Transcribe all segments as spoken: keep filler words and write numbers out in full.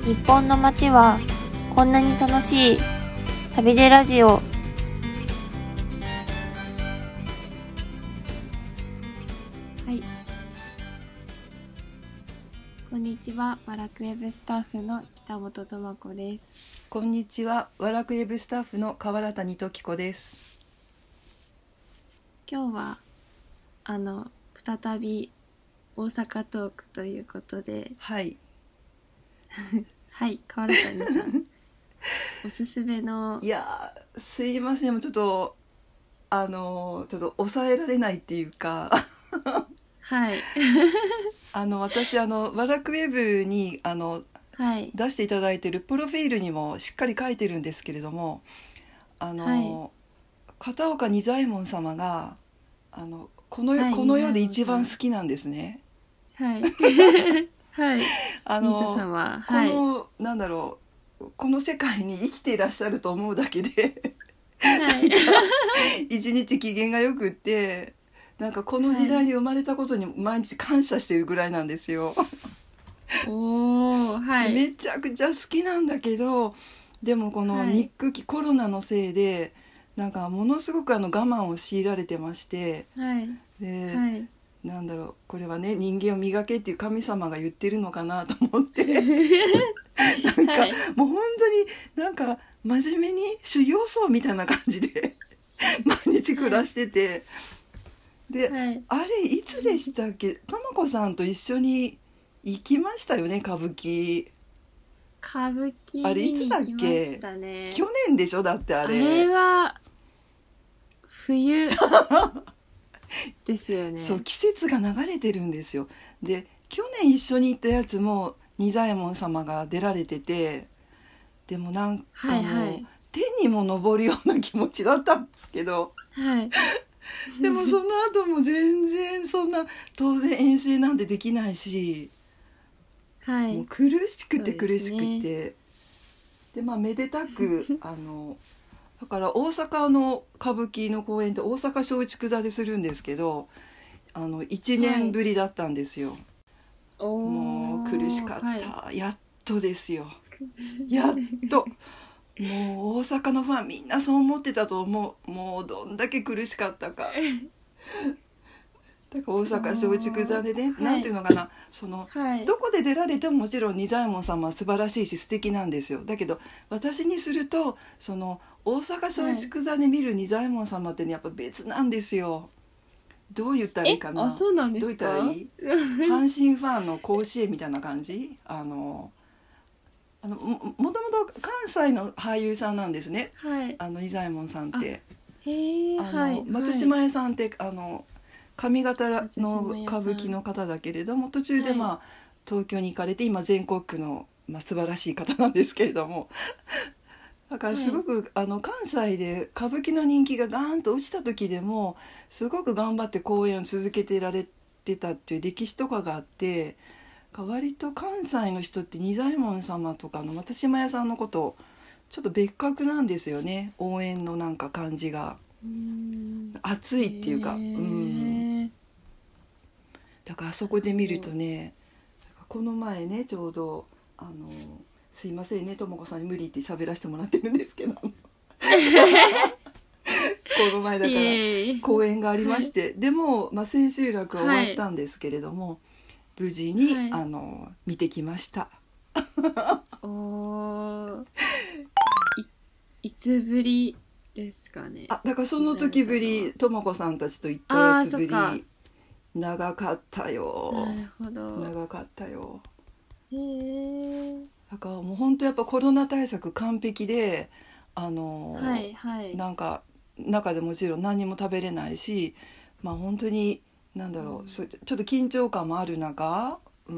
日本の街はこんなに楽しい。旅でラジオ。はい、こんにちは。ワラクウェブスタッフの北本智子です。 こんにちは。ワラクウェブスタッフの河原谷時子です。 今日はあの再び大阪トークということで、 はいはい、河原谷さんおすすめの。 いやすいません、もうちょっとあのちょっと抑えられないっていうかはいあの私あのワラクウェブにあの、はい、出していただいているプロフィールにもしっかり書いてるんですけれども、あの、はい、片岡仁左衛門様があのこの、はい、この世で一番好きなんですね。 はいはい、 あの様、この、はい、なんだろう、この世界に生きていらっしゃると思うだけで、はい、一日機嫌がよくって、なんかこの時代に生まれたことに毎日感謝してるぐらいなんですよ。 おー、はい、 めちゃくちゃ好きなんだけど、でもこの憎きコロナのせいでなんかものすごくあの我慢を強いられてまして、はい、で、はい、なんだろう、これはね、人間を磨けっていう神様が言ってるのかなと思ってなんか、はい、もう本当になんか真面目に修行僧みたいな感じで毎日暮らしてて、はい、で、はい、あれいつでしたっけ、ともこさんと一緒に行きましたよね、歌舞伎。 歌舞伎あれいつだっけ、ね、去年でしょ、だってあれ。 あれは冬ですよね。 そう、季節が流れてるんですよ。で、去年一緒に行ったやつも仁左衛門様が出られてて、でもなんかもう、はいはい、天にも昇るような気持ちだったんですけど、はい、でもその後も全然そんな、当然遠征なんてできないし、はい、もう苦しくて苦しくて、で、でまあめでたくあのだから大阪の歌舞伎の公演って大阪松竹座でするんですけど、あのいちねんぶりだったんですよ。はい、もう苦しかった、はい、やっとですよ、やっともう大阪のファンみんなそう思ってたと思う。もうどんだけ苦しかったかだから大阪松竹座でね、はい、なんていうのかな、その、はい、どこで出られてももちろん仁左衛門様は素晴らしいし素敵なんですよ。だけど私にするとその大阪松竹座で見る仁左衛門様ってね、やっぱ別なんですよ。どう言ったらいいかな。 あ、そうなんですか。 どう言ったらいい阪神ファンの甲子園みたいな感じ。あのあの も, もともと関西の俳優さんなんですね、はい、あの仁左衛門さんって。 へー、 あの、 はい、 松島屋さんって、あの上方の歌舞伎の方だけれども、途中で、まあはい、東京に行かれて今全国区の、まあ、素晴らしい方なんですけれどもだからすごく、はい、あの関西で歌舞伎の人気がガーンと落ちた時でもすごく頑張って公演を続けてられてたっていう歴史とかがあって、割と関西の人って仁左衛門様とかの松島屋さんのことちょっと別格なんですよね。応援のなんか感じが熱いっていうか、うん、だからあそこで見るとね、この前ね、ちょうどあのすいませんね、ともこさんに無理って喋らせてもらってるんですけどこの前だから公演がありまして、はい、でも、まあ、千秋楽は終わったんですけれども、はい、無事に、はい、あの見てきましたおい, いつぶりですかね。 あ、だからその時ぶり、ともこさんたちと行ったやつぶり。長かったよ。 なるほど、 長かったよ。 へえ。 だからもう本当やっぱコロナ対策完璧で、あの、はいはい、なんか中でもちろん何も食べれないし、まあ本当になんだろう、うん、ちょっと緊張感もある中、うん、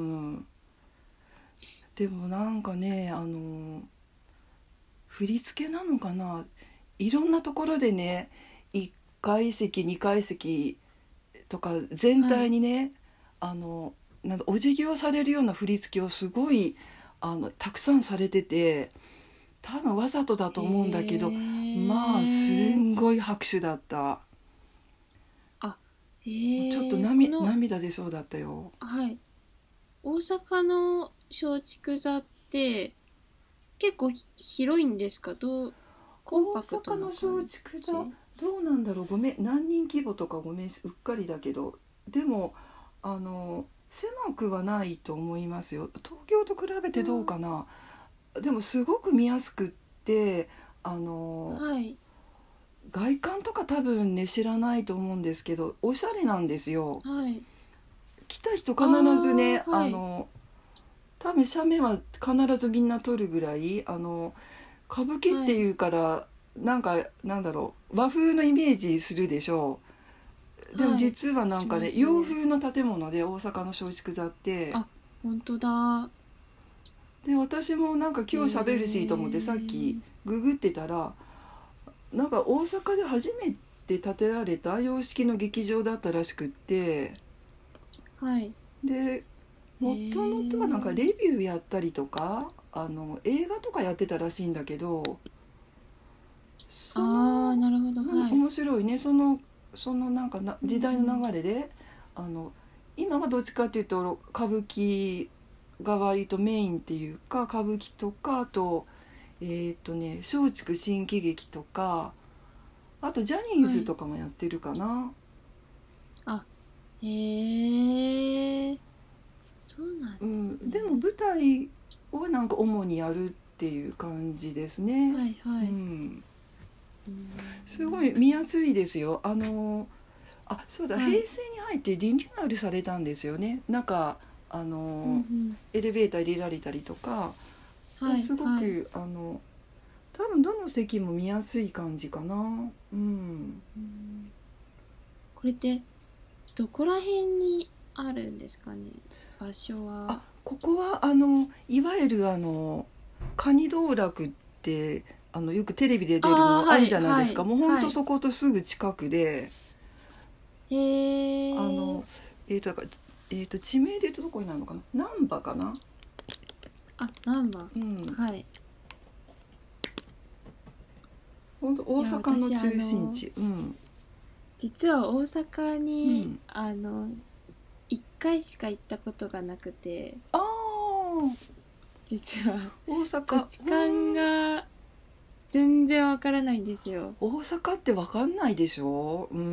でもなんかね、あの振り付けなのかな、いろんなところでね、いっかい席にかい席とか全体にね、はい、あのなんかお辞儀をされるような振り付けをすごいあのたくさんされてて、多分わざとだと思うんだけど、まあすんごい拍手だった。 あ、へー、 ちょっと 涙, 涙出そうだったよ。 はい、大阪の松竹座っって結構ひ広いんですか？どうコン大パクト阪のな感松竹じ？ 座どうなんだろう、ごめん何人規模とかごめんうっかりだけど、でもあの狭くはないと思いますよ。東京と比べてどうかな、でもすごく見やすくって、あのはい。 外観とか多分ね知らないと思うんですけど、おしゃれなんですよ。 はい。 来た人あ必ずね、 あ、はい。 あの多分写メは必ずみんな撮るぐらい、あの歌舞伎っはい。 ていうからなんかなんだろう和風のイメージするでしょう。でもはい。 実はなんしかねますね。 洋風の建物で、大阪の松竹座って。 あ、本当だ。 で私もなんかへ今日喋るしと思ってさっきえ。 ググってたら、なんか大阪で初めて建てられた洋式の劇場だったらしくって、 はい。 でへもともとはなんかレえ。 ビューやったりとかあの映画とかやってたらしいんだけど、そああ、 の、 なるほど。 うん、 はい。 面白いね、そのそのなんかなうん時代のうん。 流れで、あの今はどっちかっていうと歌舞伎が割とメインっていうか、歌舞伎とかあとえーっとね松竹新喜劇とか、あとジャニーはい。 ズとかもやってるかな。 あ、へえ。そうなんうですん、でもね。 舞台をなんか主にやるっていう感じですね。 はいはい。 うん、 うーすごいん。 見やすいですよ。あのあそうだ、 はい。 平成に入ってリニューアルされたんですよね。なんかあうんうのん。 エレベーター入れられたりとか、 はいすごはい。 くあの多分どの席も見やすい感じかな。うん。 うん。これってどこら辺にあるんですかね？場所あ、 は。 ここはあのいわゆるあのカニ道楽ってあのよくテレビで出るああ、はいのあるじゃないですか。 はいもうほんはい。 とそことすぐ近くで、 へえ。 あのえーとだからえーと地名で言うとどこになるのかな、難波かな。 あ、難波。 うん、 はい。 ほんと大いや、 阪の私あ中心の地。うん実は大阪にうんあのいっかいしか行ったことがなくて、 ああ実は大阪。 土地勘うんが全然わからないんですよ。 大阪って分かんないでしょ。うん、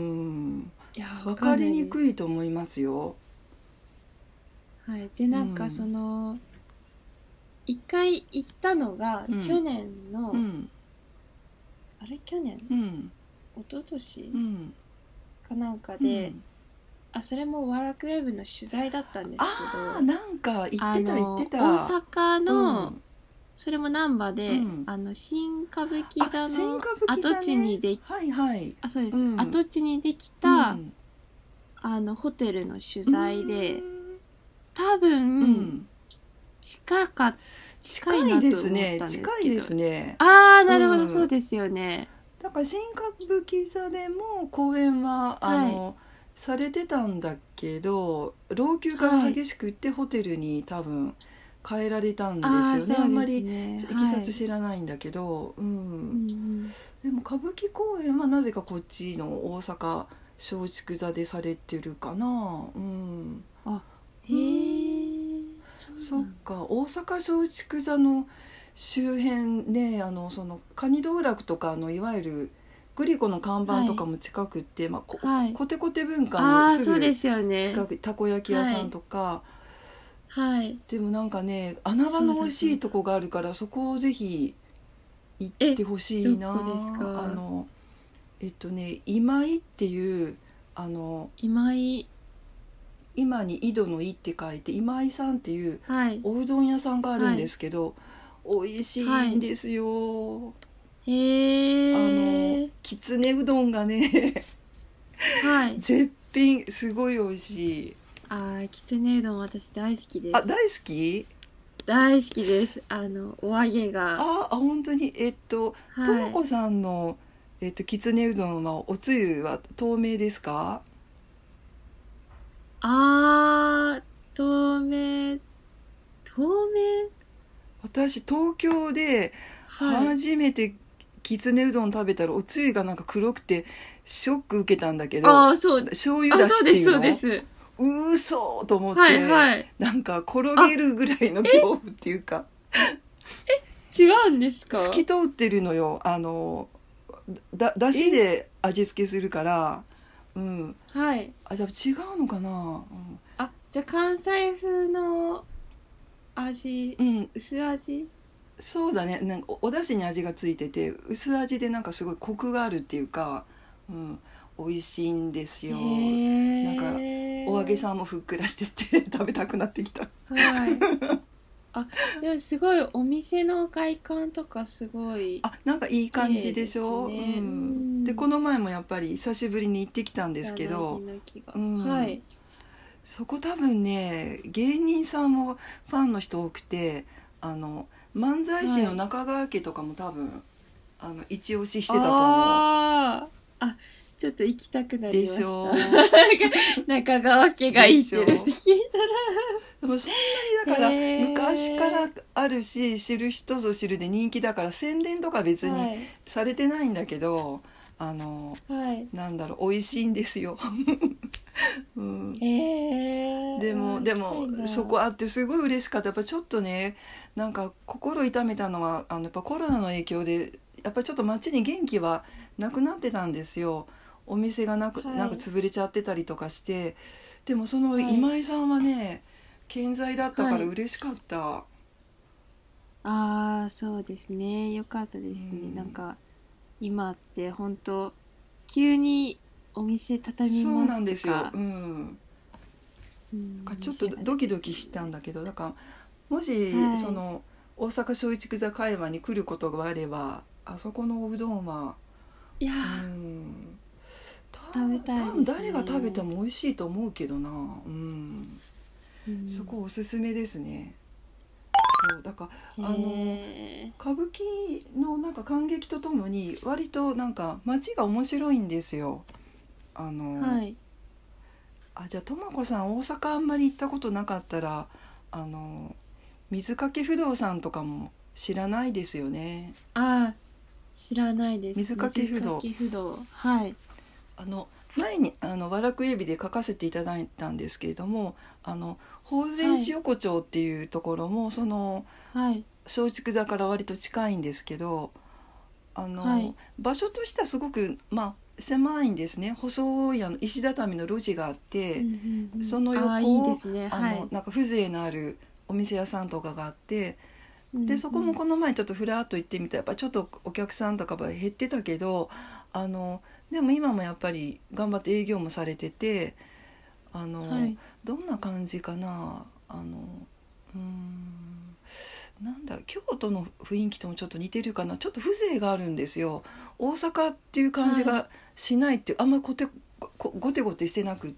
いや、わ分かんかりにないです。 くいと思いますよ。 はい。で、 うなんかそんの一回行ったのが去うん年の、 うんあれ去年うん一昨年うんかなんかで、 うん。 あ、それもワラクウェブの取材だったんですけああ、 ど、 なんか言っあてた言っての大た。 阪の、 うんそれも難波で、 うん。 あの新歌舞伎あ、 座の新歌舞伎跡座ね。 地にでき、 はいはい。 あ、そうです、 うん跡地にできたうんあのホテルの取うー材で、 ん多分うん。 近か近い近いなとですね。 思ったんです近いでけど、 すね。 ああ、 うなるほど、そうん。 ですよね。 だから新歌舞伎座でも公演はあはい。 のされてたんだけど、老朽化がはい。 激しくってホテルに多分変えられたんですああ、 よね。 そうであんまりすね。 いきさつはい。 知らないんだけど、ううんん。 うん。 でも歌舞伎公演はなぜかこっちの大阪松竹座でされてるかな。うんあ、 うーへんえ、そうそっなんだ。 か、大阪松竹座の周辺ね、あのその蟹道楽とかのいわゆるグリコの看板はい。 とかも近くって、まあ、こはい。 コテコテ文化のああ、 すぐそうですよね。 近く、たこ焼き屋さんはい。 とか。 はい。 でもなんかね穴場そうの美味だそうだ。 しいとこがあるから、そこをぜひ行っえ、 てほしいどこですな。あか？ のえっとね今井っていうあの今井。 今に井戸の井って書いて今井さんっていうはい。 おうどん屋さんがあるんではい。 すけど、美味しはい。 いんですよ。あのへえ。 きつねうどんがねはい。 絶品、すごい美味しい。 ああ、きつねうどん私大好きです。 あ、大好き。 大好きです。あの、お揚げが。 ああ、本当に。えっととはい。 もこさんのえっときつねうどんはおつゆは透明ですか？ あー、透明、透明。 私東京ではい。 初めてきつねうどん食べたらおつゆがなんか黒くてショック受けたんだけど、 あー、そう。 醤油あ、 だしってそうです、そうでいうの、 す。 うーそーと思っはい、 て、 はい。 なんか転あ、 げるぐらいの恐怖っていうか、 違うんですか？ 透き通ってるのよ。あのだだしで味付けするから、うん、 はい。 あ、じゃあ違うのかな、 あ、じゃあ関西風の味、 うん、うん、 薄味？ そうだね。なんかお、お出汁に味がついてて薄味でなんかすごいコクがあるっていうか、うん、美味しいんですへよ。なんかお揚げえ。 さんもふっくらしてて食べたくなってきた。 はい。あ、でもすごいお店の外観とかすごいあ、なんかいい綺感じ麗ですでしょ。うね。うん、でこん。 の前もやっぱり久しぶりに行ってきたんですけ柳ど、 の木が。 うん、 はい。 そこ多分ね芸人さんもファンの人多くて、あの漫才師のはい。 中川家とかも多分あの一押ししてたと思う。 ああ。あ、ちょっと行きたくなでしりました。 ょ中川家がでいいっしょ。 てるって聞いでもそんなにた。 だから昔からへえ。 あるし知る人ぞ知るで人気だから宣伝とか別にはい。 されてないんだけど、あのはい。 なんだろう美味しいんですよ。うん、 へえ。 でうわ、 もでも行きたいな。 そこあってすごい嬉しかった。やっぱちょっとねなんか心痛めたのはあのやっぱコロナの影響でやっぱちょっと街に元気はなくなってたんですよ。お店がなくなんかはい。 潰れちゃってたりとかして、でもそのはい。 今井さんはね健在だったからはい。 嬉しかった。 ああ、そうですね。よかったうですね。なんん、 か、今って本当急にお店畳みそうまなんですよ。 すとか、 うん。 うん、 ちょっと店がでドキドキしきて。 たんだけど、だからもしはい。 その大阪松竹座会話に来ることがあればあそこのおうどんは、 いやうん、たー、食べた多いです分誰がね。も食べても美味しいと思うけどな、うん、 う、うん。 そこおすすめですね。そうだかへらあのえ。 歌舞伎のなんか感激とともに割となんか街が面白いんですよ。あのはい。 あ、じゃあともこさん大阪あんまり行ったことなかったらあの水掛不動産とかも知らないですよね。 ああ、知らないです。 水掛水か不動、 け不動。はい。 あの前にあの和楽指で書かせていただいたんですけれども、あの法はい。 善寺横丁っていうところもそのはい。 松竹座から割と近いんですけど、あのはい。 場所としてはすごくまあ狭いんですね。細いあの石畳の路地があっうんうて、 んうん。 そのああ、いい横をですね。 あはい。 のなんか風情のあるお店屋さんとかがあって、 うでんうん。 そこもこの前ちょっとふらっと行ってみたらやっぱちょっとお客さんとかは減ってたけど、あのでも今もやっぱり頑張って営業もされてて、あのはい。 どんな感じかな、あのうーんなんだ京都の雰囲気ともちょっと似てるかな。ちょっと風情があるんですよ。大阪っていう感じはい。 がしないっていう、あんまりこてこごてごてしてなくって、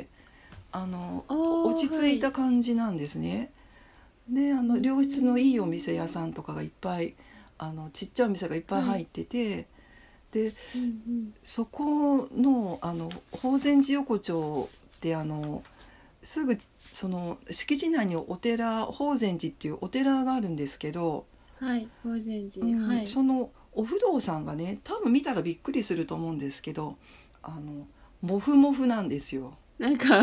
あのああ、 落ち着いはい。 た感じなんですね。であうーの良質のいいお店ん。 屋さんとかがいっぱい、あのちっちゃいお店がいっぱいはい。 入ってて、でうんうん。 そこのあの法善寺横丁ってあのすぐその敷地内にお寺法善寺っていうお寺があるんですけど、 はい。法善寺。はうん、 い。 そのお不動さんがね多分見たらびっくりすると思うんですけど、あのモフモフなんですよ。 なんか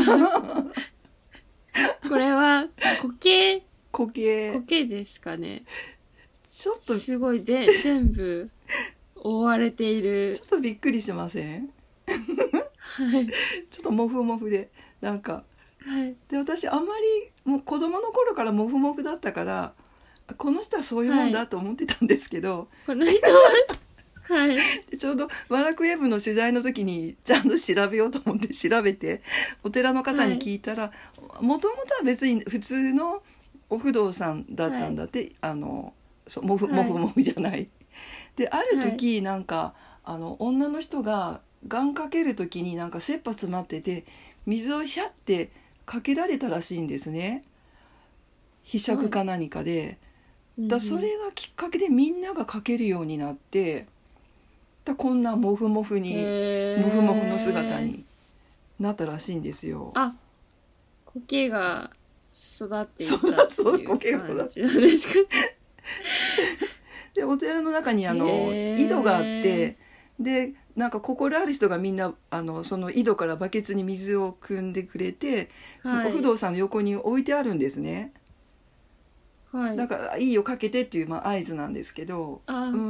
これは苔、 固形。 苔ですかね。 ちょっとちすごいぜ、全部覆われている。 ょっとびっくりしません？ はい。 ちょっとモフモフでなんか、 はい。 で私あんまりもう子供の頃からモフモフだったからこの人はそういうもはい。 んだと思ってたんですけど、 この人は、はい。 でちょうどワラクウェブの取材の時にちゃんと調べようと思って調べてお寺の方にはい。 聞いたらもともとは別に普通のお不動産だったはい。 んだって、あのそうモフモはい。 フモフじゃない。であるはい。 時なんかあの女の人が願かける時になんか切羽詰まってて水をひゃってかけられたらしいんですね。ひしゃはい。 くか何かで、 うんうだそん。 れがきっかけでみんながかけるようになって、だこんなモフモフへにモフモフの姿え。 になったらしいんですよ。 あ、苔が育ってそういたってそういう苔が。 感じなんですかね。 でお寺の中にあの井戸があっへえ。 て、でなんか心ある人がみんなあのその井戸からバケツに水を汲んでくれて、そのお不はい。 動産の横に置いてあるんですね。 はい。 だからいいよかけてっていう、まあ、合図なんですけど、 あ、 うん、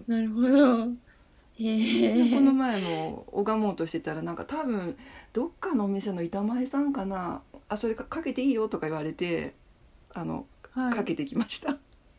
なるほど。へでこのえ。 前も拝もうとしてたらなんか多分どっかのお店の板前さんかな、あそれか、かけていいよとか言われてあのはい。 かけてきました。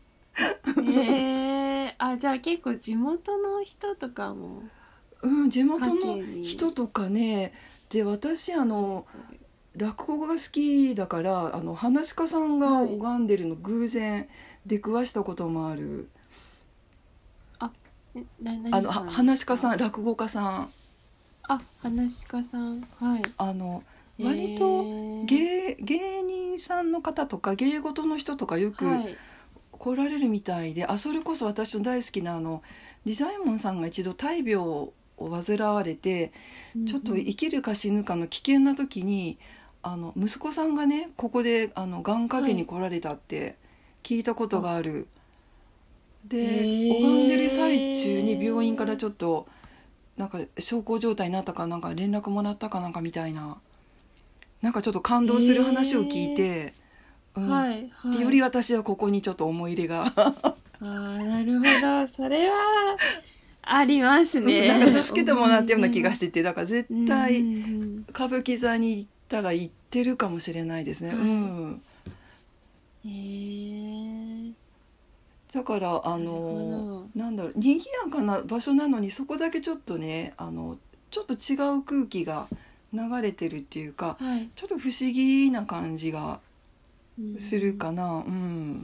へえ。あ、じゃあ結構地元の人とかもうん、地か元のけに人とかね。で私あされのてる。 落語が好きだからあの噺家さんがはい。 拝んでるの偶然出くわしたこともある。 あ、えな、 あのは何さんです噺家さん、 か？ 落語家さん、 あ、話し家さん。はい。 あのへ割とえ。 芸、芸人さんの方とか芸事の人とかよくはい。 来られるみたいで、あそれこそ私の大好きなあの利左衛門さんが一度大病を患われてちょっとうんうん。 生きるか死ぬかの危険な時にあの息子さんがねここであの願掛はい。 けに来られたって聞いたことあ、 がある。 へで拝んでる最中に病院からえ。 ちょっとなんか小康状態になったかなんか連絡もらったかなんかみたいな、なんかちょっと感動する話を聞いへえ。 て、うん、 はいでよはい。 り私はここにちょっと思い入れがああ、なるほど。それはありますうんなんかね。 助けても思らったような気い出が。 がしてて、だから絶うんうん対うん。 歌舞伎座に行ったら行ってるかもしれないですね。うはい。 ん、 へえ。 だからあなるほのど。 なんだろう賑やかな場所なのにそこだけちょっとねあのちょっと違う空気が流れてるっていうかはい。 ちょっと不思議な感じがうするん。 かな。うん、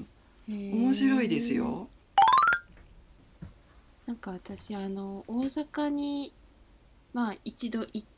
へ面白いですえ。 よ。 なんか私、あの、大阪に、まあ一度行って、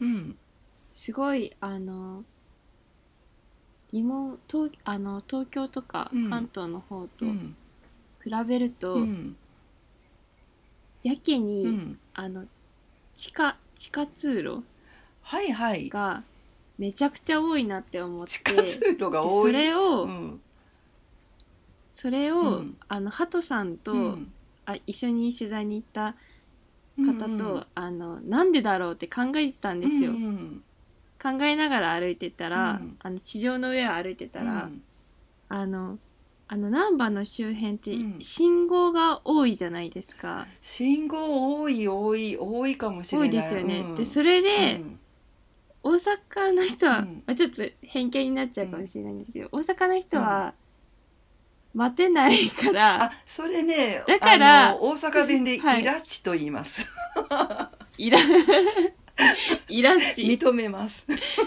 うん、 すごい、あの、疑問、東、あの、東京とかうん、 関東の方とうん、 比べると、 うん、 やけに、 うん、 あの、地下、地下通路はいはい、 がめちゃくちゃ多いなって思っ地下て、 通路がで、そ多い。 れを、 うん、 それを、 うん、 あの、ハトさんと、 うん、 あ、一緒に取材に行ったうん、う方と、 ん、 あの、なんでだろうって考えてたんうん、 ですよ。 うん、 考えながら歩いてたら、 うん、 あの、地上の上を歩いてたら、 うん、 あの、あの、難波の周辺ってうん、 信号が多いじゃないですか。 信号多い多い多いかもし多いれない。うですよね。で、 ん、 それで、 うん、 大阪の人は、 うん、 まあ、ちょっと偏見になっちゃうん、 うかもしれないんですけど、大阪のうん。 人は待てないから、 あ、それね、 だかあのら、 大阪弁ではい、 イラチと言います。 イラ、イラチ。 認めます。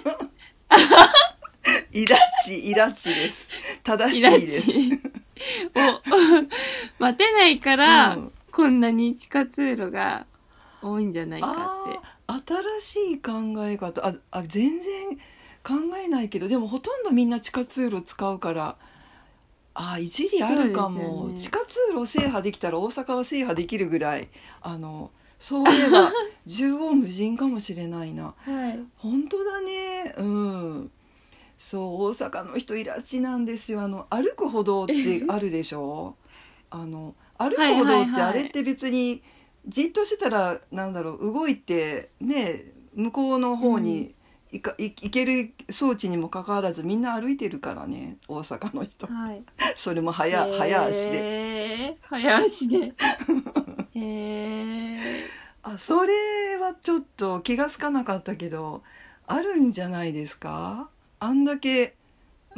イラチ、イラチです。正イラしいです。 チを待てないから、 うん。 こんなに地下通路が多いんじゃないかって。 ああ、新しい考え方。あ、あ、全然考えないけど、でもほとんどみんな地下通路使うから、あ、一理あるそうですよかも。地ね。 下通路を制覇できたら大阪は制覇できるぐらい、あの、そういえば縦横無尽かもしれないな。 はい。 本当だね。うん。そう大阪の人イラチなんですよ。あの歩く歩道ってあるでしょ。あの歩く歩はいは道ってあいはい。 れって別にじっとしてたらなんだろう動いてね向こうのうん。 方に行か行ける装置にもかかわらずみんな歩いてるからね大阪の人。 はい。 それも早早足で。 へえ、早足で。へえ。 あ、それはちょっと気がつかなかったけどあるんじゃないですか。あんだけ。うん。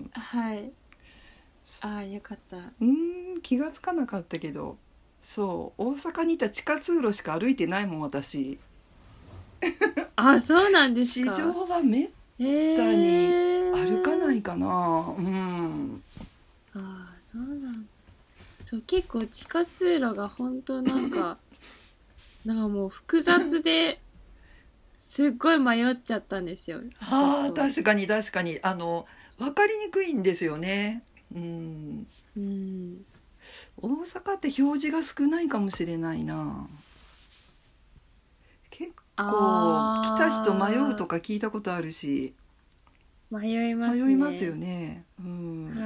はい。ああ、よかった。 うーん気がつかなかったけどそう大阪にいた地下通路しか歩いてないもん私。 あ、そうなんです地上か。 はめったへに歩かなえ。 いかな。うん。 ああ、そうなんだ。そう、結構地下通路が本当なんか、なんかもう複雑ですっごい迷っちゃったんですよ。ちょっああと。 確かに確かにあの分かりにくいんですよね。うん。 うん。 大阪って表示が少ないかもしれないな。結構来た人迷うとあか聞いたことあるしー、迷います迷いますよね。 ね。うん。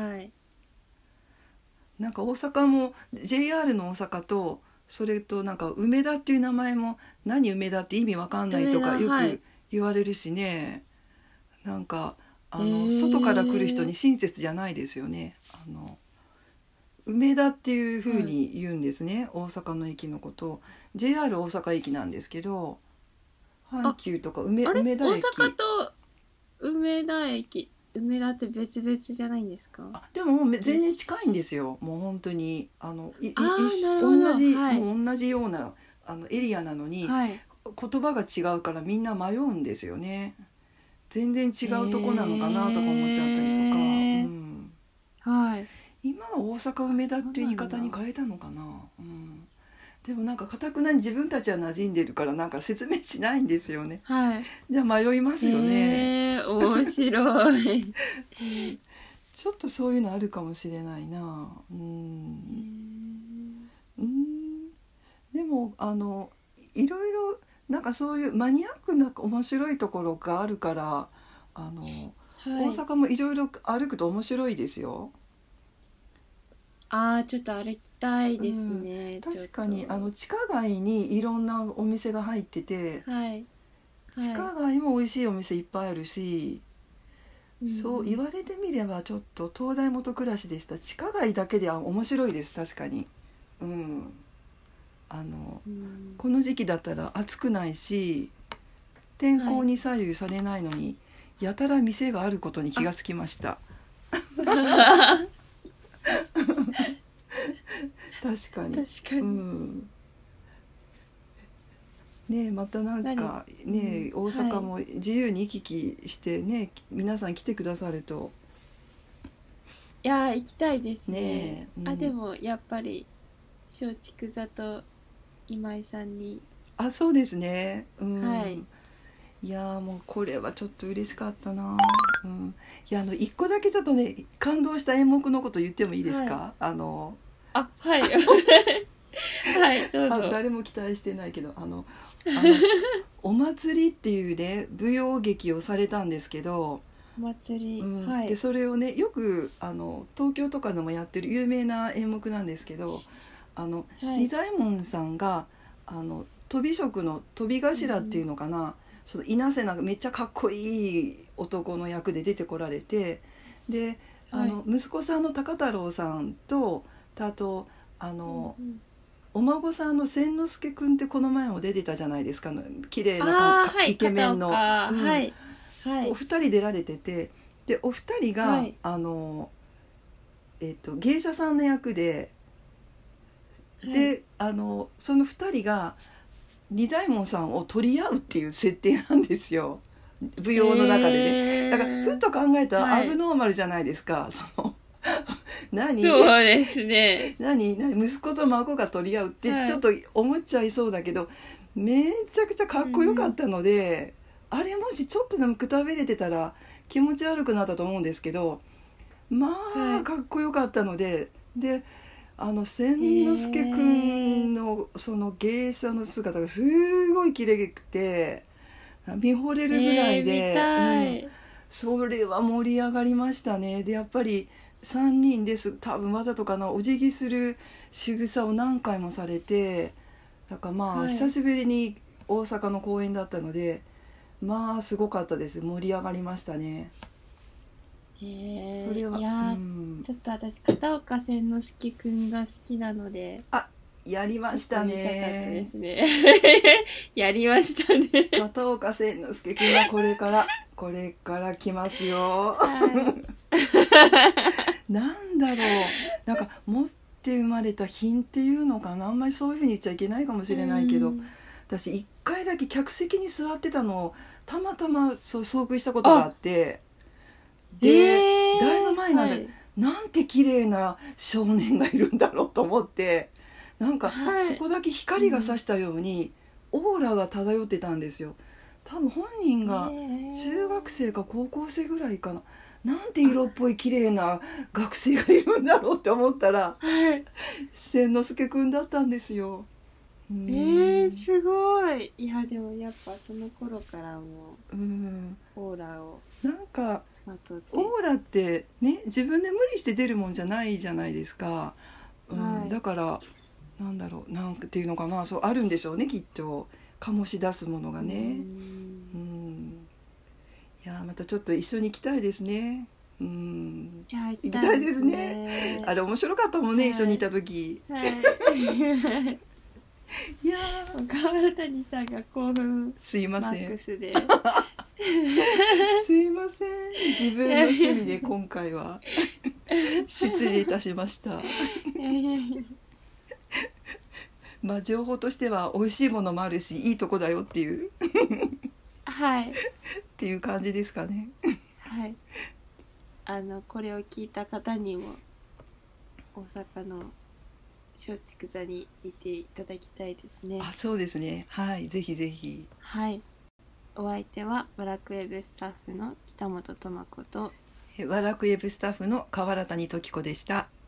はい。 なんか大阪も ジェイアール の大阪とそれとなんか梅田っていう名前も何梅田って意味わかんないとか梅田、 よくはい。 言われるしね。なんかあの、 えー、 外から来る人に親切じゃないですよね。あの梅田っていう風に言うんですね、はい、大阪の駅のことを ジェイアール 大阪駅なんですけど、阪急とか 梅, 梅田駅、 大阪と梅田駅、梅田って別々じゃないんですか？ あでももう全然近いんですよ。もう本当にあのいいあーなるほど、 同じ、 はい、 もう同じようなあのエリアなのに、 はい、 言葉が違うからみんな迷うんですよね。全然違うとこなのかなとか思っちゃったりとか、 えー、 うん、 はい。 今は大阪梅田っていう言い方に変えたのかな、うん、でもなんか堅くなに自分たちは馴染んでるからなんか説明しないんですよね。 はい。 じゃあ迷いますよね。 えー、面白い。 ちょっとそういうのあるかもしれないな。うん、うん、でもあのいろいろなんかそういうマニアックな面白いところがあるから、あの、 はい、 大阪もいろいろ歩くと面白いですよ。 あーちょっと歩きたいですうん、 ね、ちょっ確かにあと。 の地下街にいろんなお店が入ってて、 はい、 地はい。 下街も美味しいお店いっぱいあるし、 うんうそう言ん、 われてみればちょっと東大元暮らしでした地下街だけでは面白いです。確かに、うん、あのうん、 この時期だったら暑くないし天はい。 候に左右されないのにやたら店があることに気がつきました。確かに、 確かうに。 ん、ねえまたなん何、 かうん、 ねえ大はい。 阪も自由に行き来してね皆さん来てくださるといやー行きたいですね。 ねえ、うあ、でん、 もやっぱり松竹座と今井さんに、 あそうですね、うはい、 ん、いやーもうこれはちょっと嬉しかったな、うん、いやあの一個だけちょっとね感動した演目のこと言ってもいいですはい、 か？あのあ、はい。はい、どうあぞ。 誰も期待してないけどあのあのお祭りっていうね舞踊劇をされたんですけど、 お祭り、 うん、 はい、 でそれをねよくあの東京とかでもやってる有名な演目なんですけど、あの仁はい、 左衛門さんがあの飛び職の飛び頭っていううん、 のかな、その稲瀬なんかめっちゃかっこいい男の役で出てこられて、であはい、 の息子さんの高太郎さんとあとあうんのうん、 お孫さんの千之助くんってこの前も出てたじゃないですか、あの綺麗なかああ、 かイはい、片ケメンの、 岡、 うん、 はい、はい、 お二人出られてて、でお二人がはい、 あの、えっと、芸者さんの役で、 はい。 であのその二人が二左衛門さんを取り合うっていう設定なんですよ、舞踊の中でね。だからふっえー、 と考えたらアはい。 ブノーマルじゃないですか。その何そうですね。 何何息子と孫が取り合うってはい。 ちょっと思っちゃいそうだけど、めちゃくちゃかっこよかったので、あれもしちょっとでもくたびれてたら気持ち悪くなったと思うんですけど、まあはい。 かっこよかったので、であのへ千之助くえ。 んのその芸者の姿がすごい綺麗くて見惚れるぐらいえー、見で、うん、 たい。 それは盛り上がりましたね。でやっぱりさんにんです多分わざとかなお辞儀する仕草を何回もされて、だからまあはい。 久しぶりに大阪の公演だったので、まあすごかったです。盛り上がりましたね。 へえ。 それはういやー、 ん、 ちょっと私、片岡千之助くんが好きなので、 あやりまちょっとした見たかったでね。 すね。やりましたね。 片岡千之助くんはこれからこれから来ますよ。 はい。 なんだろう、なんか持って生まれた品っていうのかな、あんまりそういうふうに言っちゃいけないかもしうれないけど、 ん。 私一回だけ客席に座ってたのをたまたまそう遭遇したことがああ、 って、でだいぶええー、 前なんで、 はい。 なんて綺麗な少年がいるんだろうと思って、なんかはい。 そこだけうん。 光が差したようにオーラが漂ってたんですよ。多分本人えが中学え生か高校生ぐらいかな、なんてー。 色っぽい綺麗な学生がいるんだろうって思ったらはい。 千之助くんだったんですよ。うーえー、 ん、 すごい。いや、でもやっぱその頃からもうーん、 オーラをなんかまとっていて。 オーラってね自分で無理して出るもんじゃないじゃないですか、うん、 はい。 だからなんだろうなんていうのかな、そうあるんでしょうねきっと醸し出すものがうーね。うん。 ん、 いやまたちょっと一緒に行きたいですね。うん、 いや行きたいですね。あれ面白かったもんね、はい、一緒にいた時。はい。いや川谷さんが興奮すいません。マックスで。 すいません。自分の趣味で今回は失礼いたしました。まあ情報としては美味しいものもあるしいいとこだよっていうはいっていう感じですかね。 はい。あのこれを聞いた方にも大阪の松竹座にいていただきたいですね。 あ、そうですね。はい、ぜひぜひ。 はい。お相手はワラクウェブスタッフの北本智子とワラクウェブスタッフの川原谷時子でした。